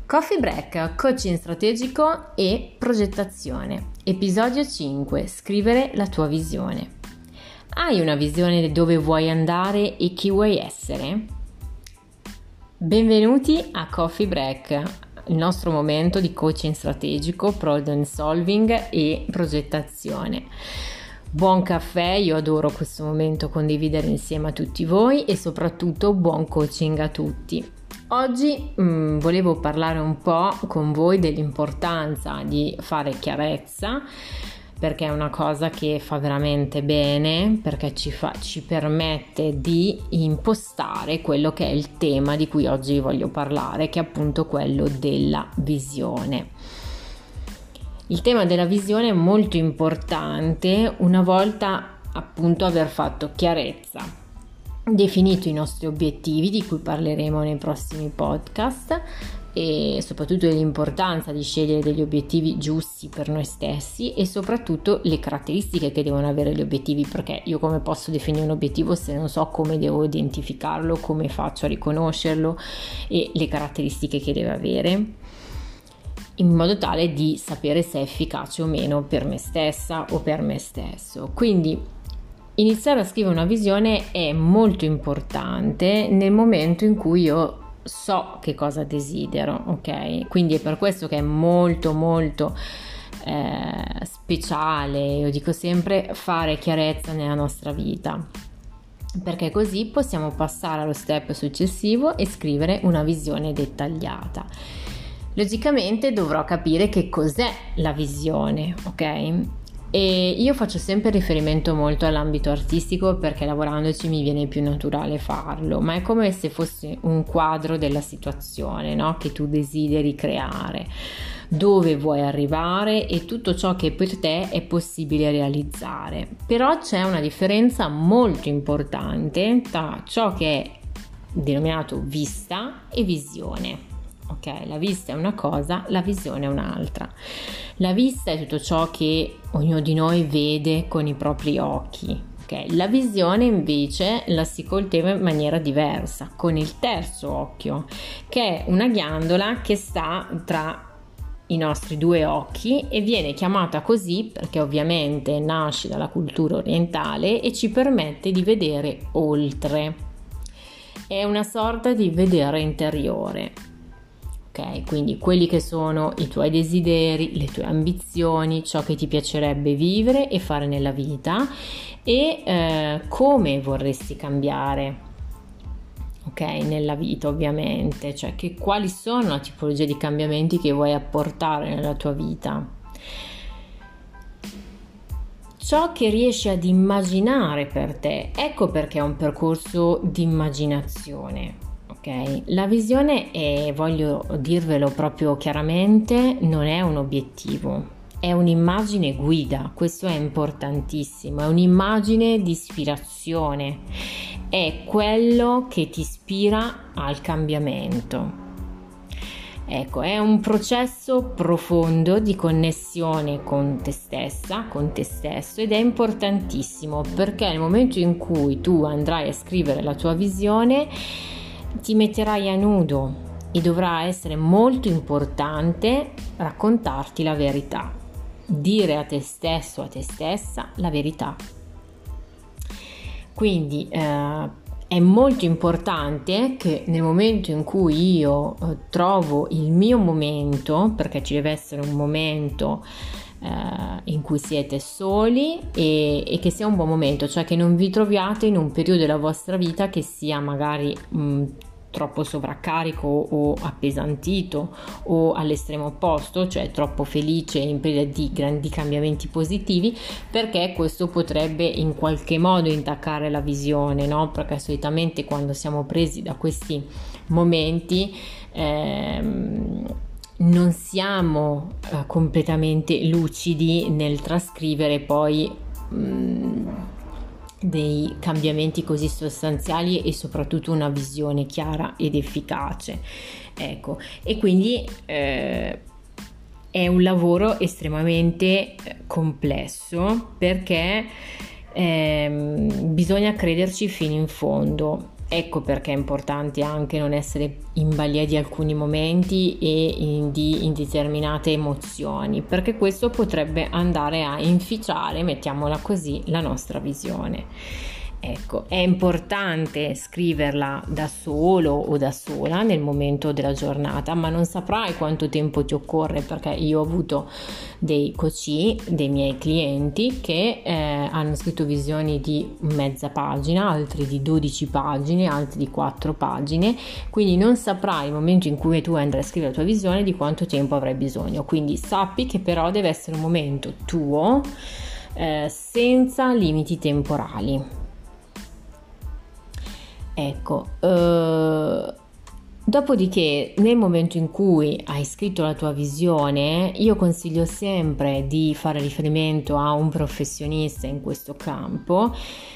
Coffee Break, coaching strategico e progettazione. Episodio 5. Scrivere la tua visione. Hai una visione di dove vuoi andare e chi vuoi essere? Benvenuti a Coffee Break, il nostro momento di coaching strategico, problem solving e progettazione. Buon caffè, io adoro questo momento condividere insieme a tutti voi e soprattutto buon coaching a tutti. Oggi volevo parlare un po' con voi dell'importanza di fare chiarezza, perché è una cosa che fa veramente bene, perché ci permette di impostare quello che è il tema di cui oggi voglio parlare, che è appunto quello della visione. Il tema della visione è molto importante una volta appunto aver fatto chiarezza, definito i nostri obiettivi di cui parleremo nei prossimi podcast e soprattutto dell'importanza di scegliere degli obiettivi giusti per noi stessi e soprattutto le caratteristiche che devono avere gli obiettivi, perché io come posso definire un obiettivo se non so come devo identificarlo, come faccio a riconoscerlo e le caratteristiche che deve avere, in modo tale di sapere se è efficace o meno per me stessa o per me stesso. Quindi iniziare a scrivere una visione è molto importante nel momento in cui io so che cosa desidero, ok? Quindi è per questo che è molto speciale, io dico sempre, fare chiarezza nella nostra vita, perché così possiamo passare allo step successivo e scrivere una visione dettagliata. Logicamente dovrò capire che cos'è la visione, ok? E io faccio sempre riferimento molto all'ambito artistico perché lavorandoci mi viene più naturale farlo, ma è come se fosse un quadro della situazione, no? Che tu desideri creare, dove vuoi arrivare e tutto ciò che per te è possibile realizzare. Però c'è una differenza molto importante tra ciò che è denominato vista e visione. Ok, la vista è una cosa, la visione è un'altra. La vista è tutto ciò che ognuno di noi vede con i propri occhi. Ok, la visione invece la si coltiva in maniera diversa, con il terzo occhio, che è una ghiandola che sta tra i nostri due occhi e viene chiamata così perché ovviamente nasce dalla cultura orientale e ci permette di vedere oltre. È una sorta di vedere interiore. Ok, quindi quelli che sono i tuoi desideri, le tue ambizioni, ciò che ti piacerebbe vivere e fare nella vita e come vorresti cambiare, ok, nella vita ovviamente, cioè quali sono la tipologia di cambiamenti che vuoi apportare nella tua vita. Ciò che riesci ad immaginare per te, ecco perché è un percorso di immaginazione. Okay. La visione è, voglio dirvelo proprio chiaramente, non è un obiettivo, è un'immagine guida, questo è importantissimo, è un'immagine di ispirazione, è quello che ti ispira al cambiamento. Ecco, è un processo profondo di connessione con te stessa, con te stesso ed è importantissimo perché nel momento in cui tu andrai a scrivere la tua visione ti metterai a nudo e dovrà essere molto importante raccontarti la verità, dire a te stesso, a te stessa la verità. Quindi è molto importante che nel momento in cui io trovo il mio momento, perché ci deve essere un momento in cui siete soli e che sia un buon momento, cioè che non vi troviate in un periodo della vostra vita che sia magari troppo sovraccarico o appesantito o all'estremo opposto, cioè troppo felice in preda di grandi cambiamenti positivi, perché questo potrebbe in qualche modo intaccare la visione, no? Perché solitamente quando siamo presi da questi momenti non siamo completamente lucidi nel trascrivere poi dei cambiamenti così sostanziali e soprattutto una visione chiara ed efficace. Ecco, e quindi è un lavoro estremamente complesso perché bisogna crederci fino in fondo. Ecco perché è importante anche non essere in balia di alcuni momenti e di determinate emozioni, perché questo potrebbe andare a inficiare, mettiamola così, la nostra visione. Ecco, è importante scriverla da solo o da sola nel momento della giornata, ma non saprai quanto tempo ti occorre, perché io ho avuto dei coach, dei miei clienti che hanno scritto visioni di mezza pagina, altri di 12 pagine, altri di 4 pagine, quindi non saprai il momento in cui tu andrai a scrivere la tua visione di quanto tempo avrai bisogno. Quindi sappi che però deve essere un momento tuo, senza limiti temporali. Ecco, dopodiché nel momento in cui hai scritto la tua visione, io consiglio sempre di fare riferimento a un professionista in questo campo,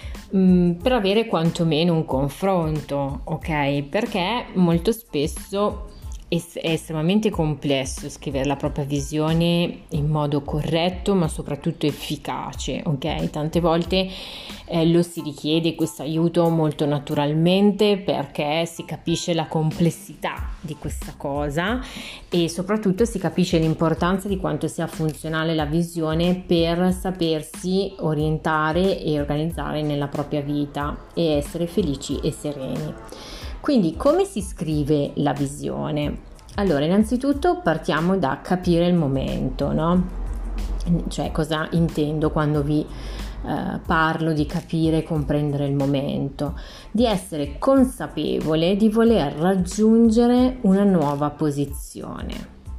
per avere quantomeno un confronto, ok? Perché molto spesso è estremamente complesso scrivere la propria visione in modo corretto, ma soprattutto efficace, ok? Tante volte lo si richiede questo aiuto molto naturalmente, perché si capisce la complessità di questa cosa e soprattutto si capisce l'importanza di quanto sia funzionale la visione per sapersi orientare e organizzare nella propria vita e essere felici e sereni. Quindi come si scrive la visione? Allora, innanzitutto partiamo da capire il momento, no? Cioè, cosa intendo quando vi parlo di capire e comprendere il momento? Di essere consapevole di voler raggiungere una nuova posizione,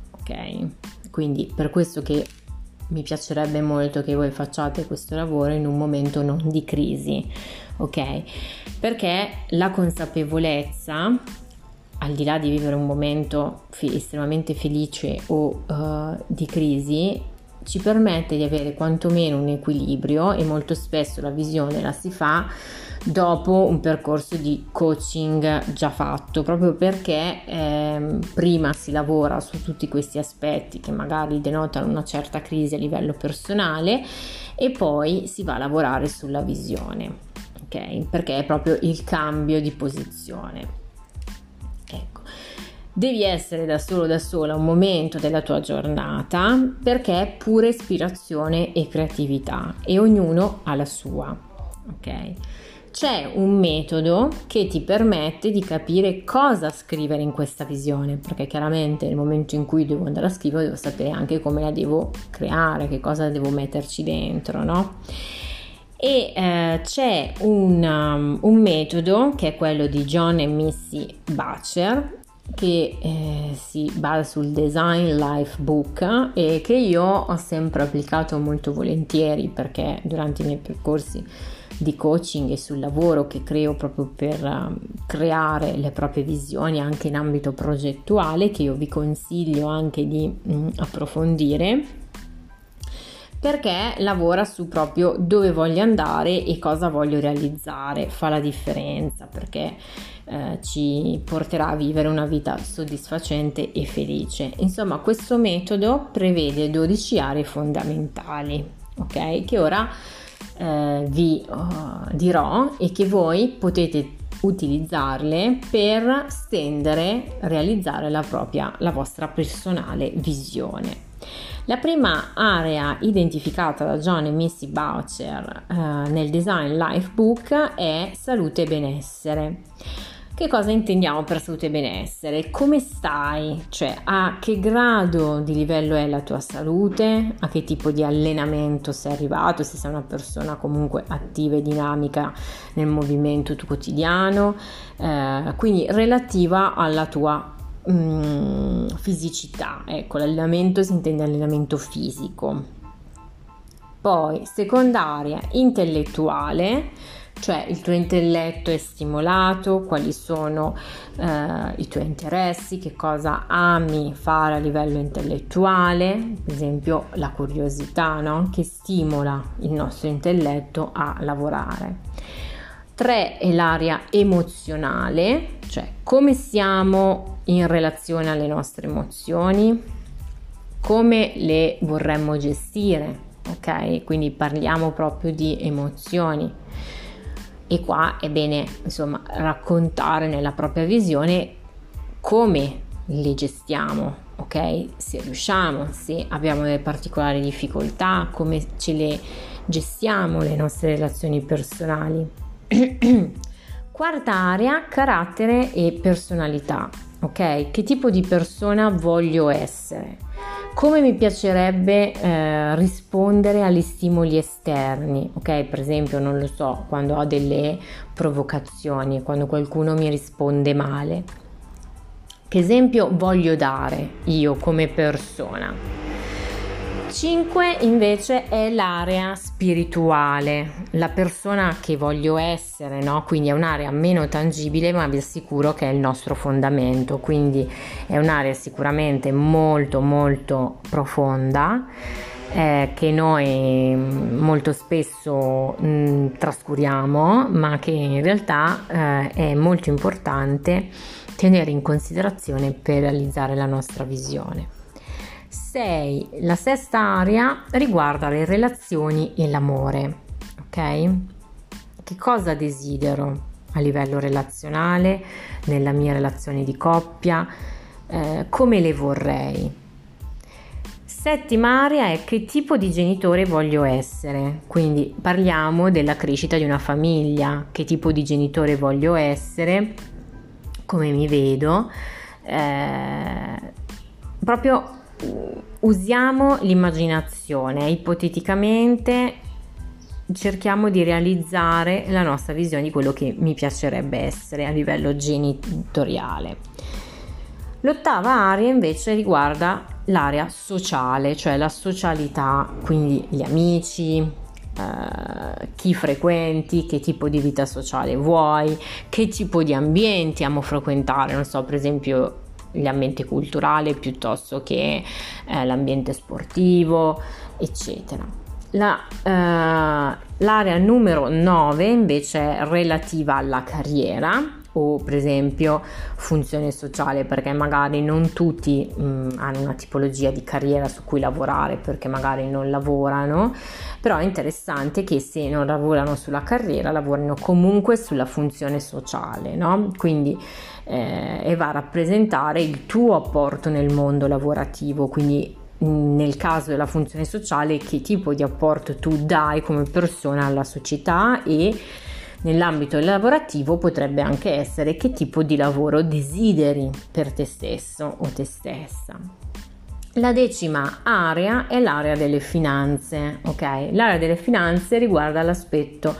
ok? Quindi per questo che mi piacerebbe molto che voi facciate questo lavoro in un momento non di crisi, ok? Perché la consapevolezza, al di là di vivere un momento estremamente felice o di crisi, ci permette di avere quantomeno un equilibrio, e molto spesso la visione la si fa dopo un percorso di coaching già fatto, proprio perché prima si lavora su tutti questi aspetti che magari denotano una certa crisi a livello personale e poi si va a lavorare sulla visione, ok? Perché è proprio il cambio di posizione. Ecco, devi essere da solo da sola un momento della tua giornata, perché è pura ispirazione e creatività e ognuno ha la sua, ok? C'è un metodo che ti permette di capire cosa scrivere in questa visione, perché chiaramente nel momento in cui devo andare a scrivere devo sapere anche come la devo creare, che cosa devo metterci dentro, no? E c'è un metodo che è quello di John e Missy Butcher, che si basa sul Design Life Book e che io ho sempre applicato molto volentieri, perché durante i miei percorsi di coaching e sul lavoro che creo proprio per creare le proprie visioni anche in ambito progettuale, che io vi consiglio anche di approfondire, perché lavora su proprio dove voglio andare e cosa voglio realizzare, fa la differenza, perché ci porterà a vivere una vita soddisfacente e felice. Insomma, questo metodo prevede 12 aree fondamentali, ok? Che ora vi dirò e che voi potete utilizzarle per realizzare la vostra personale visione. La prima area identificata da John e Missy Butcher nel Design Life Book è salute e benessere. Che cosa intendiamo per salute e benessere? Come stai? Cioè, a che grado di livello è la tua salute? A che tipo di allenamento sei arrivato? Se sei una persona comunque attiva e dinamica nel movimento quotidiano, quindi relativa alla tua fisicità. Ecco, l'allenamento si intende allenamento fisico. Poi, secondaria, intellettuale, cioè il tuo intelletto è stimolato, quali sono i tuoi interessi, che cosa ami fare a livello intellettuale, per esempio la curiosità, no? Che stimola il nostro intelletto a lavorare. 3 è l'area emozionale, cioè come siamo in relazione alle nostre emozioni, come le vorremmo gestire, ok? Quindi parliamo proprio di emozioni. E qua è bene, insomma, raccontare nella propria visione come le gestiamo, ok? Se riusciamo, se abbiamo delle particolari difficoltà, come ce le gestiamo le nostre relazioni personali. Quarta area, carattere e personalità, ok? Che tipo di persona voglio essere? Come mi piacerebbe rispondere agli stimoli esterni, ok? Per esempio, non lo so, quando ho delle provocazioni, quando qualcuno mi risponde male. Che esempio voglio dare io come persona? 5 invece è l'area spirituale, la persona che voglio essere, no? Quindi è un'area meno tangibile, ma vi assicuro che è il nostro fondamento, quindi è un'area sicuramente molto molto profonda, che noi molto spesso trascuriamo, ma che in realtà è molto importante tenere in considerazione per realizzare la nostra visione. 6. La sesta area riguarda le relazioni e l'amore, ok? Che cosa desidero a livello relazionale, nella mia relazione di coppia, come le vorrei. Settima area è che tipo di genitore voglio essere, quindi parliamo della crescita di una famiglia, che tipo di genitore voglio essere, come mi vedo, proprio usiamo l'immaginazione, ipoteticamente cerchiamo di realizzare la nostra visione di quello che mi piacerebbe essere a livello genitoriale. L'ottava area invece riguarda l'area sociale, cioè la socialità, quindi gli amici, chi frequenti, che tipo di vita sociale vuoi, che tipo di ambienti amo frequentare, non so, per esempio l'ambiente culturale piuttosto che l'ambiente sportivo, eccetera. L'area numero 9 invece è relativa alla carriera o per esempio funzione sociale, perché magari non tutti hanno una tipologia di carriera su cui lavorare perché magari non lavorano, però è interessante che se non lavorano sulla carriera lavorino comunque sulla funzione sociale, no? Quindi e va a rappresentare il tuo apporto nel mondo lavorativo, quindi nel caso della funzione sociale che tipo di apporto tu dai come persona alla società, e nell'ambito lavorativo potrebbe anche essere che tipo di lavoro desideri per te stesso o te stessa. La decima area è l'area delle finanze, ok? L'area delle finanze riguarda l'aspetto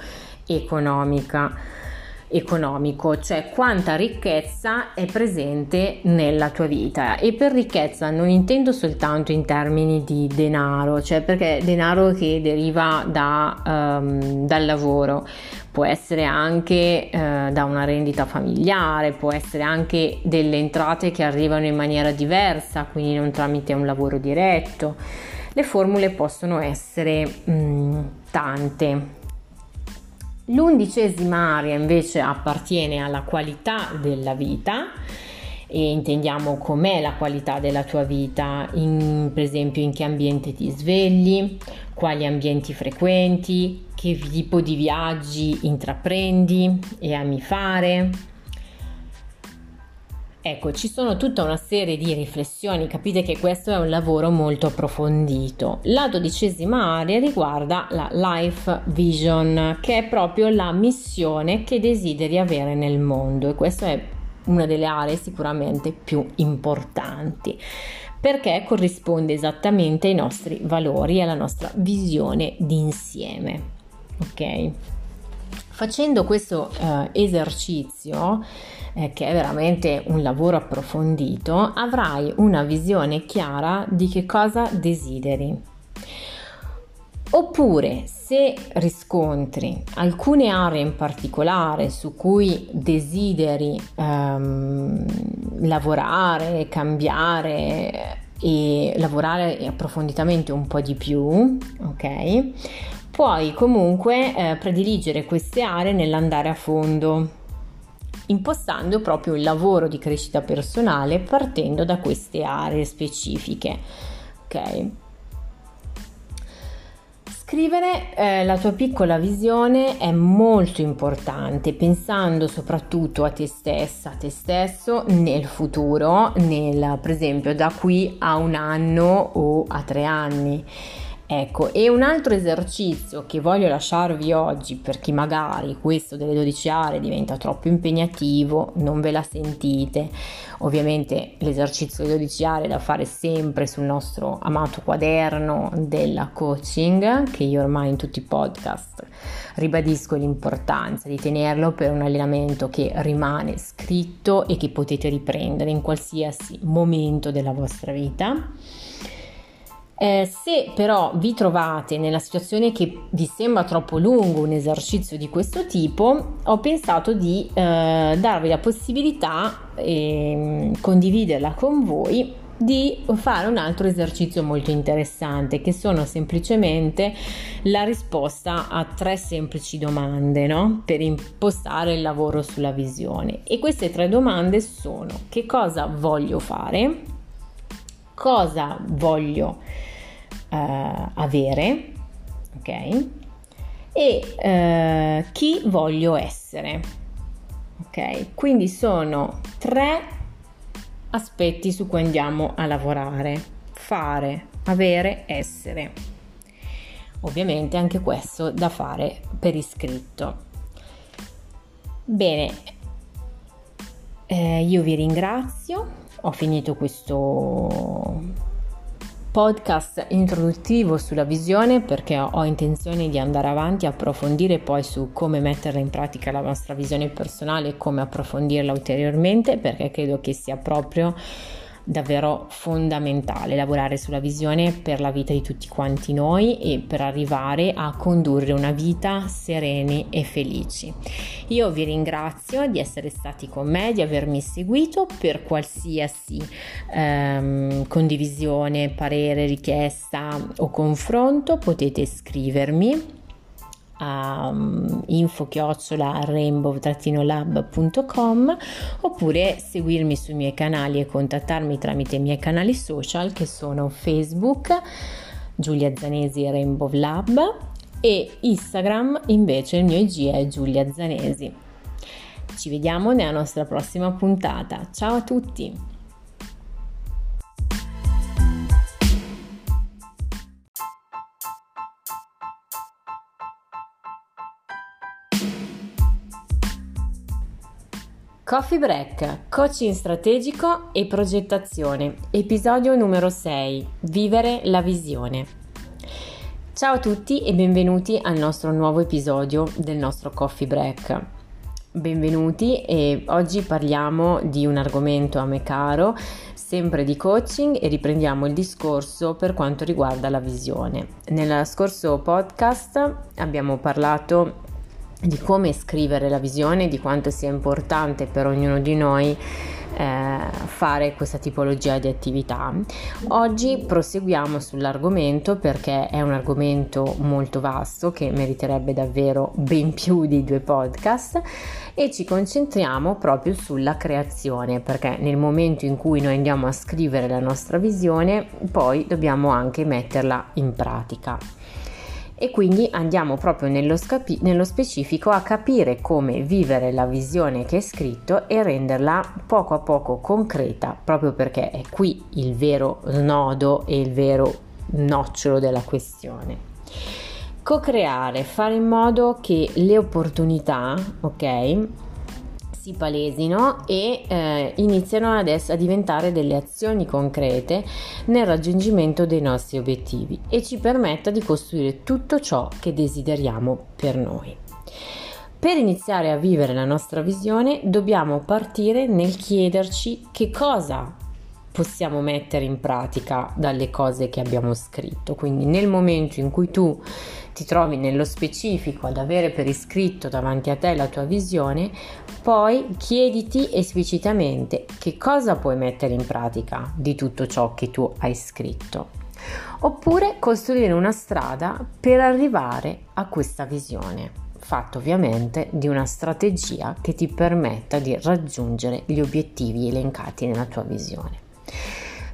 economico, cioè quanta ricchezza è presente nella tua vita. E per ricchezza non intendo soltanto in termini di denaro, cioè perché denaro che deriva dal lavoro, può essere anche da una rendita familiare, può essere anche delle entrate che arrivano in maniera diversa, quindi non tramite un lavoro diretto. Le formule possono essere tante. L'11ª area invece appartiene alla qualità della vita, e intendiamo com'è la qualità della tua vita, per esempio in che ambiente ti svegli, quali ambienti frequenti, che tipo di viaggi intraprendi e ami fare. Ecco, ci sono tutta una serie di riflessioni, capite che questo è un lavoro molto approfondito. La 12ª area riguarda la life vision, che è proprio la missione che desideri avere nel mondo, e questa è una delle aree sicuramente più importanti, perché corrisponde esattamente ai nostri valori e alla nostra visione d'insieme, ok? Facendo questo esercizio, che è veramente un lavoro approfondito, avrai una visione chiara di che cosa desideri. Oppure, se riscontri alcune aree in particolare su cui desideri lavorare, cambiare e lavorare approfonditamente un po' di più, ok? Puoi comunque prediligere queste aree nell'andare a fondo, impostando proprio il lavoro di crescita personale partendo da queste aree specifiche, ok? Scrivere la tua piccola visione è molto importante, pensando soprattutto a te stessa, a te stesso nel futuro, per esempio da qui a 1 anno o a 3 anni. Ecco, e un altro esercizio che voglio lasciarvi oggi, per chi magari questo delle 12 aree diventa troppo impegnativo, non ve la sentite. Ovviamente l'esercizio delle 12 aree è da fare sempre sul nostro amato quaderno della coaching, che io ormai in tutti i podcast ribadisco l'importanza di tenerlo per un allenamento che rimane scritto e che potete riprendere in qualsiasi momento della vostra vita. Se però vi trovate nella situazione che vi sembra troppo lungo un esercizio di questo tipo, ho pensato di darvi la possibilità e condividerla con voi di fare un altro esercizio molto interessante, che sono semplicemente la risposta a 3 semplici domande, no? Per impostare il lavoro sulla visione. E queste 3 domande sono: che cosa voglio fare? Cosa voglio avere, ok? E chi voglio essere, ok? Quindi sono 3 aspetti su cui andiamo a lavorare: fare, avere, essere. Ovviamente anche questo da fare per iscritto. Bene, io vi ringrazio. Ho finito questo podcast introduttivo sulla visione perché ho intenzione di andare avanti a approfondire poi su come metterla in pratica la nostra visione personale e come approfondirla ulteriormente, perché credo che sia proprio davvero fondamentale lavorare sulla visione per la vita di tutti quanti noi e per arrivare a condurre una vita sereni e felici. Io vi ringrazio di essere stati con me, di avermi seguito. Per qualsiasi condivisione, parere, richiesta o confronto potete scrivermi a info@rainbow-lab.com oppure seguirmi sui miei canali e contattarmi tramite i miei canali social, che sono Facebook Giulia Zanesi Rainbow Lab e Instagram invece il mio IG è Giulia Zanesi. Ci vediamo nella nostra prossima puntata. Ciao a tutti! Coffee Break, coaching strategico e progettazione, episodio numero 6, vivere la visione. Ciao a tutti e benvenuti al nostro nuovo episodio del nostro Coffee Break. Benvenuti, e oggi parliamo di un argomento a me caro, sempre di coaching, e riprendiamo il discorso per quanto riguarda la visione. Nel scorso podcast abbiamo parlato di come scrivere la visione, di quanto sia importante per ognuno di noi fare questa tipologia di attività. Oggi proseguiamo sull'argomento perché è un argomento molto vasto che meriterebbe davvero ben più di 2 podcast, e ci concentriamo proprio sulla creazione, perché nel momento in cui noi andiamo a scrivere la nostra visione poi dobbiamo anche metterla in pratica. E quindi andiamo proprio nello specifico a capire come vivere la visione che è scritto e renderla poco a poco concreta, proprio perché è qui il vero snodo e il vero nocciolo della questione. Co-creare, fare in modo che le opportunità, ok, si palesino e iniziano a diventare delle azioni concrete nel raggiungimento dei nostri obiettivi e ci permetta di costruire tutto ciò che desideriamo per noi. Per iniziare a vivere la nostra visione dobbiamo partire nel chiederci che cosa possiamo mettere in pratica dalle cose che abbiamo scritto. Quindi nel momento in cui tu ti trovi nello specifico ad avere per iscritto davanti a te la tua visione, poi chiediti esplicitamente che cosa puoi mettere in pratica di tutto ciò che tu hai scritto, oppure costruire una strada per arrivare a questa visione, fatto ovviamente di una strategia che ti permetta di raggiungere gli obiettivi elencati nella tua visione.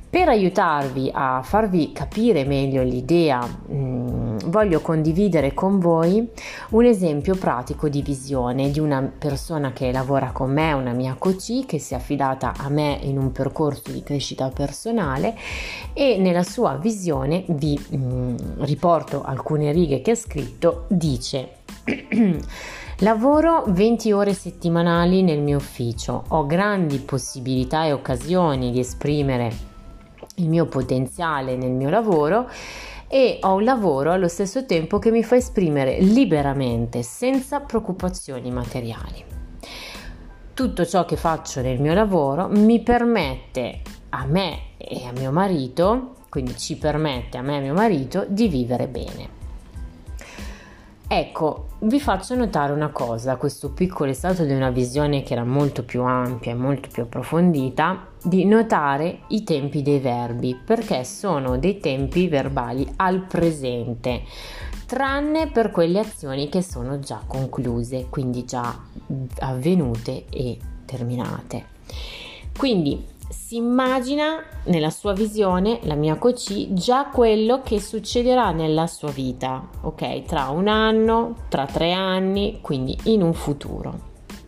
Per aiutarvi a farvi capire meglio l'idea, voglio condividere con voi un esempio pratico di visione di una persona che lavora con me, una mia coach che si è affidata a me in un percorso di crescita personale, e nella sua visione vi riporto alcune righe che ha scritto. Dice: lavoro 20 ore settimanali nel mio ufficio, ho grandi possibilità e occasioni di esprimere il mio potenziale nel mio lavoro e ho un lavoro allo stesso tempo che mi fa esprimere liberamente, senza preoccupazioni materiali. Tutto ciò che faccio nel mio lavoro mi permette a me e a mio marito, quindi ci permette a me e a mio marito di vivere bene. Ecco, vi faccio notare una cosa, questo piccolo estratto di una visione che era molto più ampia e molto più approfondita, di notare i tempi dei verbi, perché sono dei tempi verbali al presente, tranne per quelle azioni che sono già concluse, quindi già avvenute e terminate. Quindi si immagina nella sua visione, la mia coach, già quello che succederà nella sua vita, ok? Tra un anno, tra 3 anni, quindi in un futuro.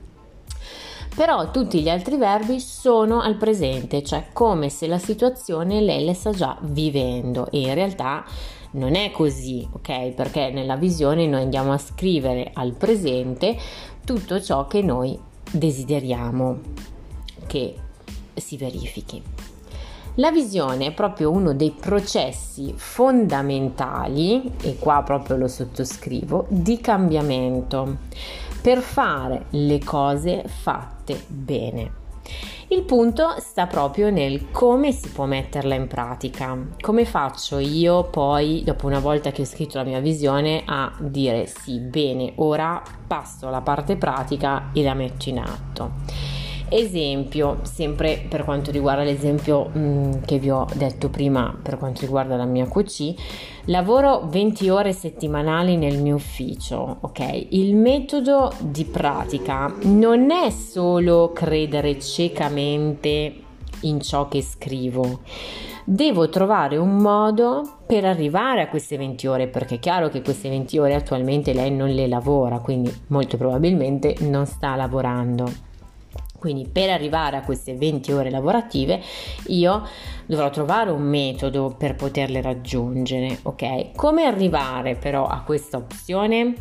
Però tutti gli altri verbi sono al presente, cioè come se la situazione lei la sta già vivendo, e in realtà non è così, ok? Perché nella visione noi andiamo a scrivere al presente tutto ciò che noi desideriamo che si verifichi. La visione è proprio uno dei processi fondamentali, e qua proprio lo sottoscrivo, di cambiamento per fare le cose fatte bene. Il punto sta proprio nel come si può metterla in pratica. Come faccio io poi, dopo una volta che ho scritto la mia visione, a dire sì, bene, ora passo alla parte pratica e la metto in atto. Esempio, sempre per quanto riguarda l'esempio che vi ho detto prima, per quanto riguarda la mia coach, lavoro 20 ore settimanali nel mio ufficio, ok? Il metodo di pratica non è solo credere ciecamente in ciò che scrivo. Devo trovare un modo per arrivare a queste 20 ore, perché è chiaro che queste 20 ore attualmente lei non le lavora, quindi molto probabilmente non sta lavorando. Quindi per arrivare a queste 20 ore lavorative io dovrò trovare un metodo per poterle raggiungere, ok? Come arrivare però a questa opzione?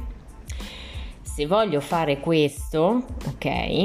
Se voglio fare questo, ok?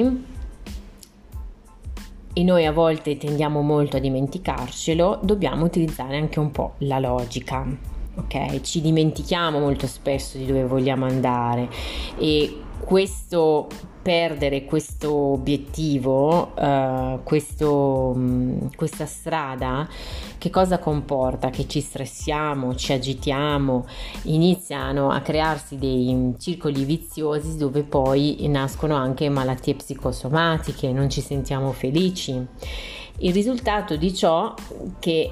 E noi a volte tendiamo molto a dimenticarcelo, dobbiamo utilizzare anche un po' la logica, ok? Ci dimentichiamo molto spesso di dove vogliamo andare, e perdere questo obiettivo, questa strada, che cosa comporta? Che ci stressiamo, ci agitiamo, iniziano a crearsi dei circoli viziosi dove poi nascono anche malattie psicosomatiche, non ci sentiamo felici. Il risultato di ciò che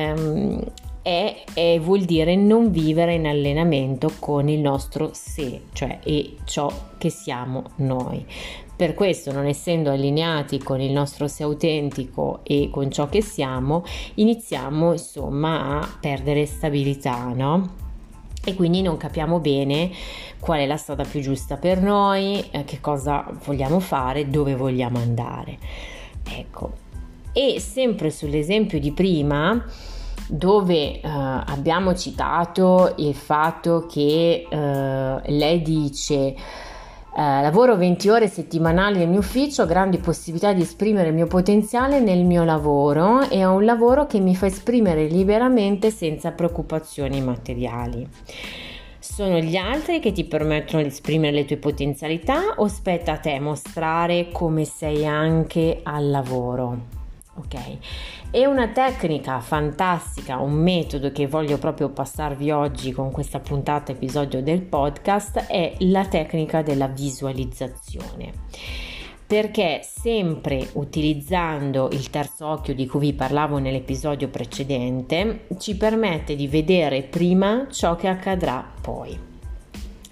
vuol dire non vivere in allenamento con il nostro sé, cioè e ciò che siamo noi. Per questo, non essendo allineati con il nostro sé autentico e con ciò che siamo, iniziamo insomma a perdere stabilità, no? E quindi non capiamo bene qual è la strada più giusta per noi, che cosa vogliamo fare, dove vogliamo andare. Ecco. E sempre sull'esempio di prima, dove abbiamo citato il fatto che lei dice lavoro 20 ore settimanali nel mio ufficio, ho grandi possibilità di esprimere il mio potenziale nel mio lavoro e ho un lavoro che mi fa esprimere liberamente senza preoccupazioni materiali. Sono gli altri che ti permettono di esprimere le tue potenzialità, o spetta a te mostrare come sei anche al lavoro? Ok, è una tecnica fantastica, un metodo che voglio proprio passarvi oggi con questa puntata episodio del podcast, è la tecnica della visualizzazione, perché sempre utilizzando il terzo occhio di cui vi parlavo nell'episodio precedente ci permette di vedere prima ciò che accadrà poi.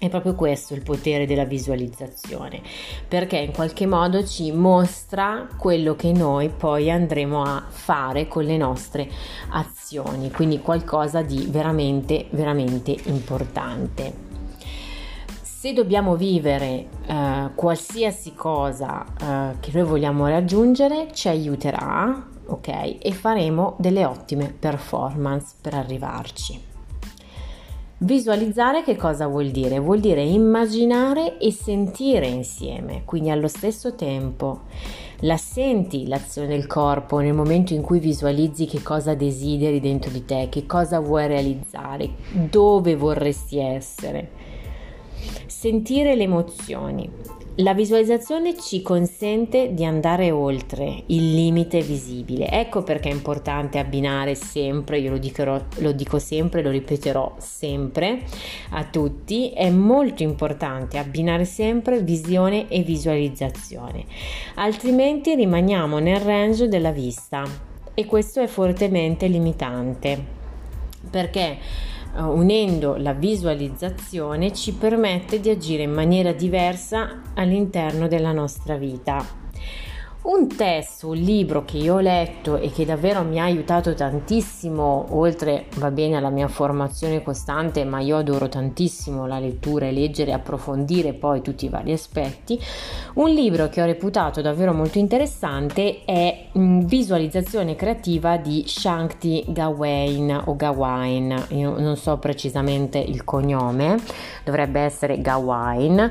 È proprio questo il potere della visualizzazione, perché in qualche modo ci mostra quello che noi poi andremo a fare con le nostre azioni, quindi qualcosa di veramente, veramente importante. Se dobbiamo vivere qualsiasi cosa che noi vogliamo raggiungere, ci aiuterà, ok? E faremo delle ottime performance per arrivarci. Visualizzare che cosa vuol dire? Vuol dire immaginare e sentire insieme, quindi allo stesso tempo. La senti l'azione del corpo nel momento in cui visualizzi che cosa desideri dentro di te, che cosa vuoi realizzare, dove vorresti essere. Sentire le emozioni. La visualizzazione ci consente di andare oltre il limite visibile. Ecco perché è importante abbinare sempre, io lo dico sempre, lo ripeterò sempre a tutti, è molto importante abbinare sempre visione e visualizzazione, altrimenti rimaniamo nel range della vista e questo è fortemente limitante, perché unendo la visualizzazione ci permette di agire in maniera diversa all'interno della nostra vita. Un testo, un libro che io ho letto e che davvero mi ha aiutato tantissimo, oltre va bene alla mia formazione costante, ma io adoro tantissimo la lettura e leggere e approfondire poi tutti i vari aspetti. Un libro che ho reputato davvero molto interessante è Visualizzazione creativa di Shakti Gawain o Gawain, io non so precisamente il cognome, dovrebbe essere Gawain,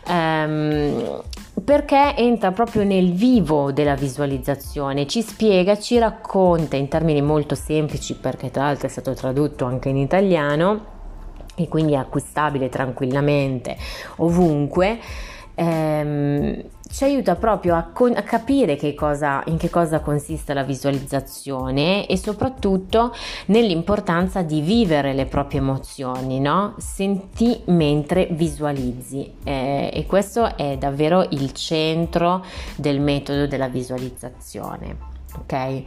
perché entra proprio nel vivo della visualizzazione, ci spiega, ci racconta in termini molto semplici, perché tra l'altro è stato tradotto anche in italiano e quindi è acquistabile tranquillamente ovunque. Ci aiuta proprio a capire in che cosa consiste la visualizzazione e soprattutto nell'importanza di vivere le proprie emozioni, no? Senti mentre visualizzi, e questo è davvero il centro del metodo della visualizzazione, ok?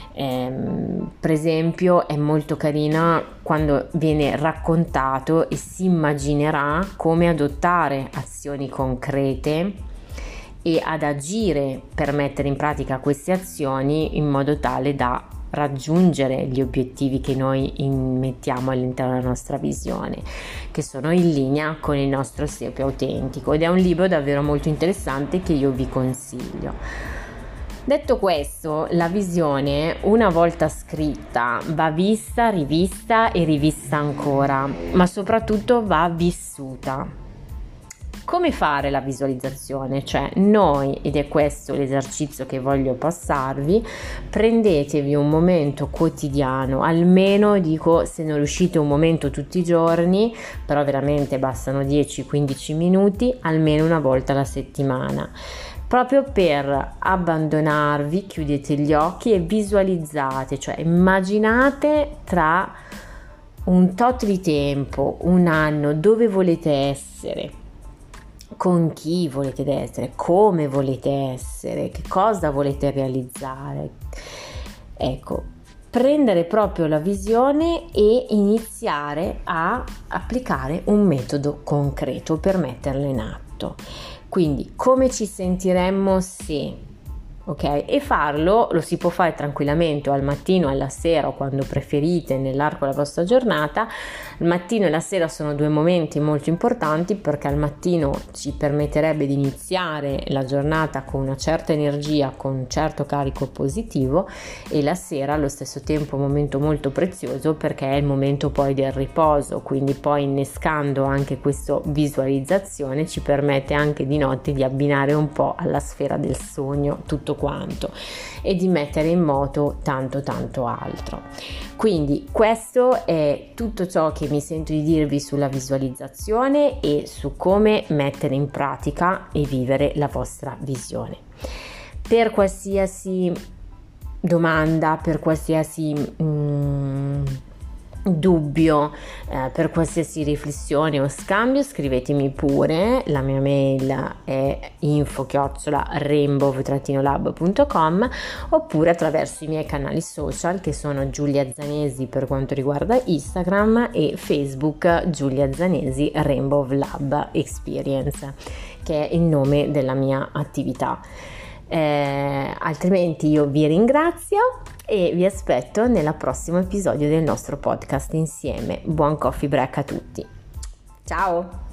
Per esempio è molto carina quando viene raccontato e si immaginerà come adottare azioni concrete e ad agire per mettere in pratica queste azioni in modo tale da raggiungere gli obiettivi che noi mettiamo all'interno della nostra visione, che sono in linea con il nostro sé più autentico, ed è un libro davvero molto interessante che io vi consiglio. Detto questo, la visione, una volta scritta, va vista, rivista e rivista ancora, ma soprattutto va vissuta. Come fare la visualizzazione? Cioè noi, ed è questo l'esercizio che voglio passarvi, prendetevi un momento quotidiano, almeno dico se non riuscite un momento tutti i giorni, però veramente bastano 10-15 minuti, almeno una volta alla settimana. Proprio per abbandonarvi, chiudete gli occhi e visualizzate, cioè immaginate tra un tot di tempo, un anno, dove volete essere, con chi volete essere, come volete essere, che cosa volete realizzare. Ecco, prendere proprio la visione e iniziare a applicare un metodo concreto per metterla in atto. Quindi come ci sentiremmo se, ok? E farlo lo si può fare tranquillamente o al mattino o alla sera o quando preferite nell'arco della vostra giornata. Il mattino e la sera sono due momenti molto importanti, perché al mattino ci permetterebbe di iniziare la giornata con una certa energia, con un certo carico positivo, e la sera allo stesso tempo un momento molto prezioso perché è il momento poi del riposo, quindi poi innescando anche questa visualizzazione ci permette anche di notte di abbinare un po' alla sfera del sogno tutto quanto e di mettere in moto tanto altro. Quindi questo è tutto ciò che mi sento di dirvi sulla visualizzazione e su come mettere in pratica e vivere la vostra visione. Per qualsiasi domanda, per qualsiasi dubbio, per qualsiasi riflessione o scambio, scrivetemi pure. La mia mail è info@rainbow-lab.com, oppure attraverso i miei canali social, che sono Giulia Zanesi per quanto riguarda Instagram e Facebook Giulia Zanesi Rainbow Lab Experience, che è il nome della mia attività. Altrimenti io vi ringrazio e vi aspetto nel prossimo episodio del nostro podcast insieme. Buon coffee break a tutti. Ciao!